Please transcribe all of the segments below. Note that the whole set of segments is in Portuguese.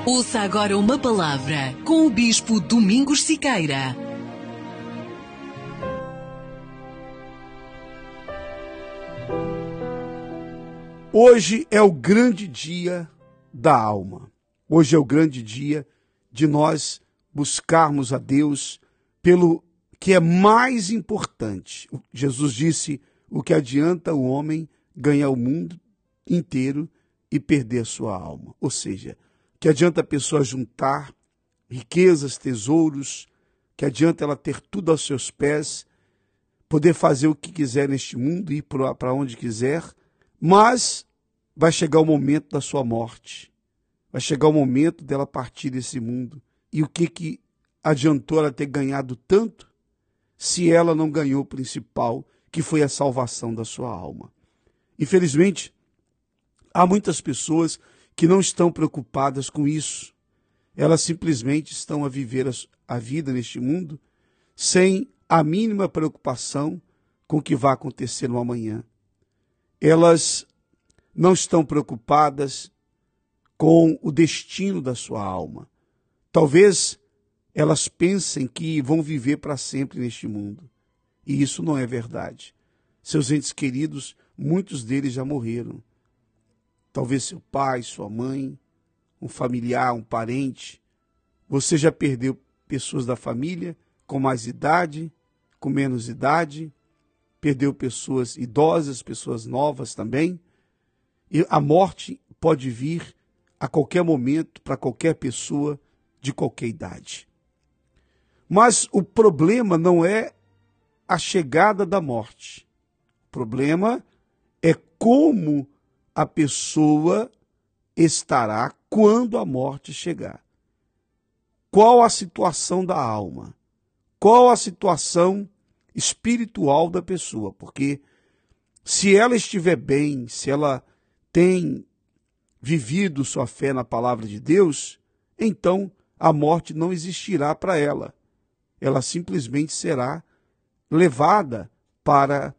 Ouça agora uma palavra com o Bispo Domingos Siqueira. Hoje é o grande dia da alma. Hoje é o grande dia de nós buscarmos a Deus pelo que é mais importante. Jesus disse: o que adianta o homem ganhar o mundo inteiro e perder a sua alma. Ou seja, que adianta a pessoa juntar riquezas, tesouros, que adianta ela ter tudo aos seus pés, poder fazer o que quiser neste mundo, ir para onde quiser, mas vai chegar o momento da sua morte, vai chegar o momento dela partir desse mundo. E o que adiantou ela ter ganhado tanto, se ela não ganhou o principal, que foi a salvação da sua alma? Infelizmente, há muitas pessoas que não estão preocupadas com isso. Elas simplesmente estão a viver a vida neste mundo sem a mínima preocupação com o que vai acontecer no amanhã. Elas não estão preocupadas com o destino da sua alma. Talvez elas pensem que vão viver para sempre neste mundo. E isso não é verdade. Seus entes queridos, muitos deles já morreram. Talvez seu pai, sua mãe, um familiar, um parente. Você já perdeu pessoas da família com mais idade, com menos idade. Perdeu pessoas idosas, pessoas novas também. E a morte pode vir a qualquer momento para qualquer pessoa de qualquer idade. Mas o problema não é a chegada da morte. O problema é como a pessoa estará quando a morte chegar. Qual a situação da alma? Qual a situação espiritual da pessoa? Porque se ela estiver bem, se ela tem vivido sua fé na palavra de Deus, então a morte não existirá para ela. Ela simplesmente será levada para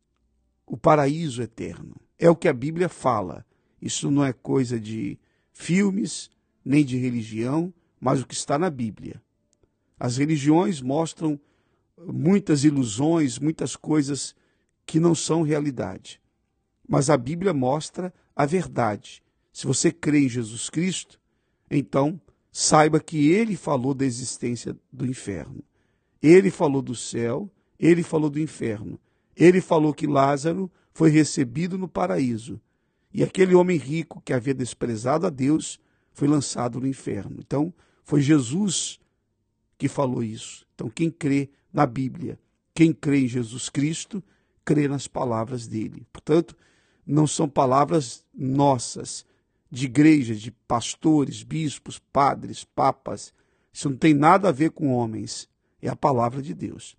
o paraíso eterno. É o que a Bíblia fala. Isso não é coisa de filmes, nem de religião, mas o que está na Bíblia. As religiões mostram muitas ilusões, muitas coisas que não são realidade. Mas a Bíblia mostra a verdade. Se você crê em Jesus Cristo, então saiba que Ele falou da existência do inferno. Ele falou do céu, Ele falou do inferno. Ele falou que Lázaro foi recebido no paraíso. E aquele homem rico que havia desprezado a Deus foi lançado no inferno. Então, foi Jesus que falou isso. Então, quem crê na Bíblia, quem crê em Jesus Cristo, crê nas palavras dele. Portanto, não são palavras nossas, de igreja, de pastores, bispos, padres, papas. Isso não tem nada a ver com homens. É a palavra de Deus.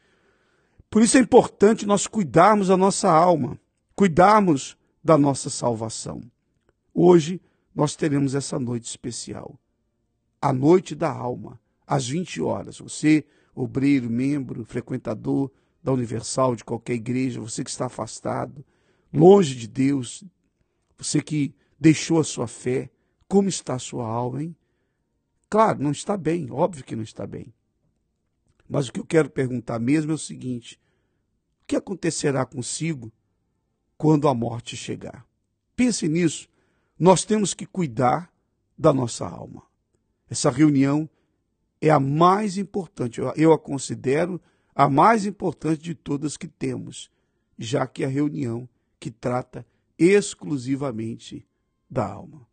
Por isso é importante nós cuidarmos da nossa alma, cuidarmos da nossa salvação. Hoje nós teremos essa noite especial, a noite da alma, às 20 horas. Você, obreiro, membro, frequentador da Universal, de qualquer igreja, você que está afastado, longe de Deus, você que deixou a sua fé, como está a sua alma, hein? Claro, não está bem, óbvio que não está bem. Mas o que eu quero perguntar mesmo é o seguinte: o que acontecerá consigo quando a morte chegar? Pense nisso. Nós temos que cuidar da nossa alma. Essa reunião é a mais importante. Eu a considero a mais importante de todas que temos, já que é a reunião que trata exclusivamente da alma.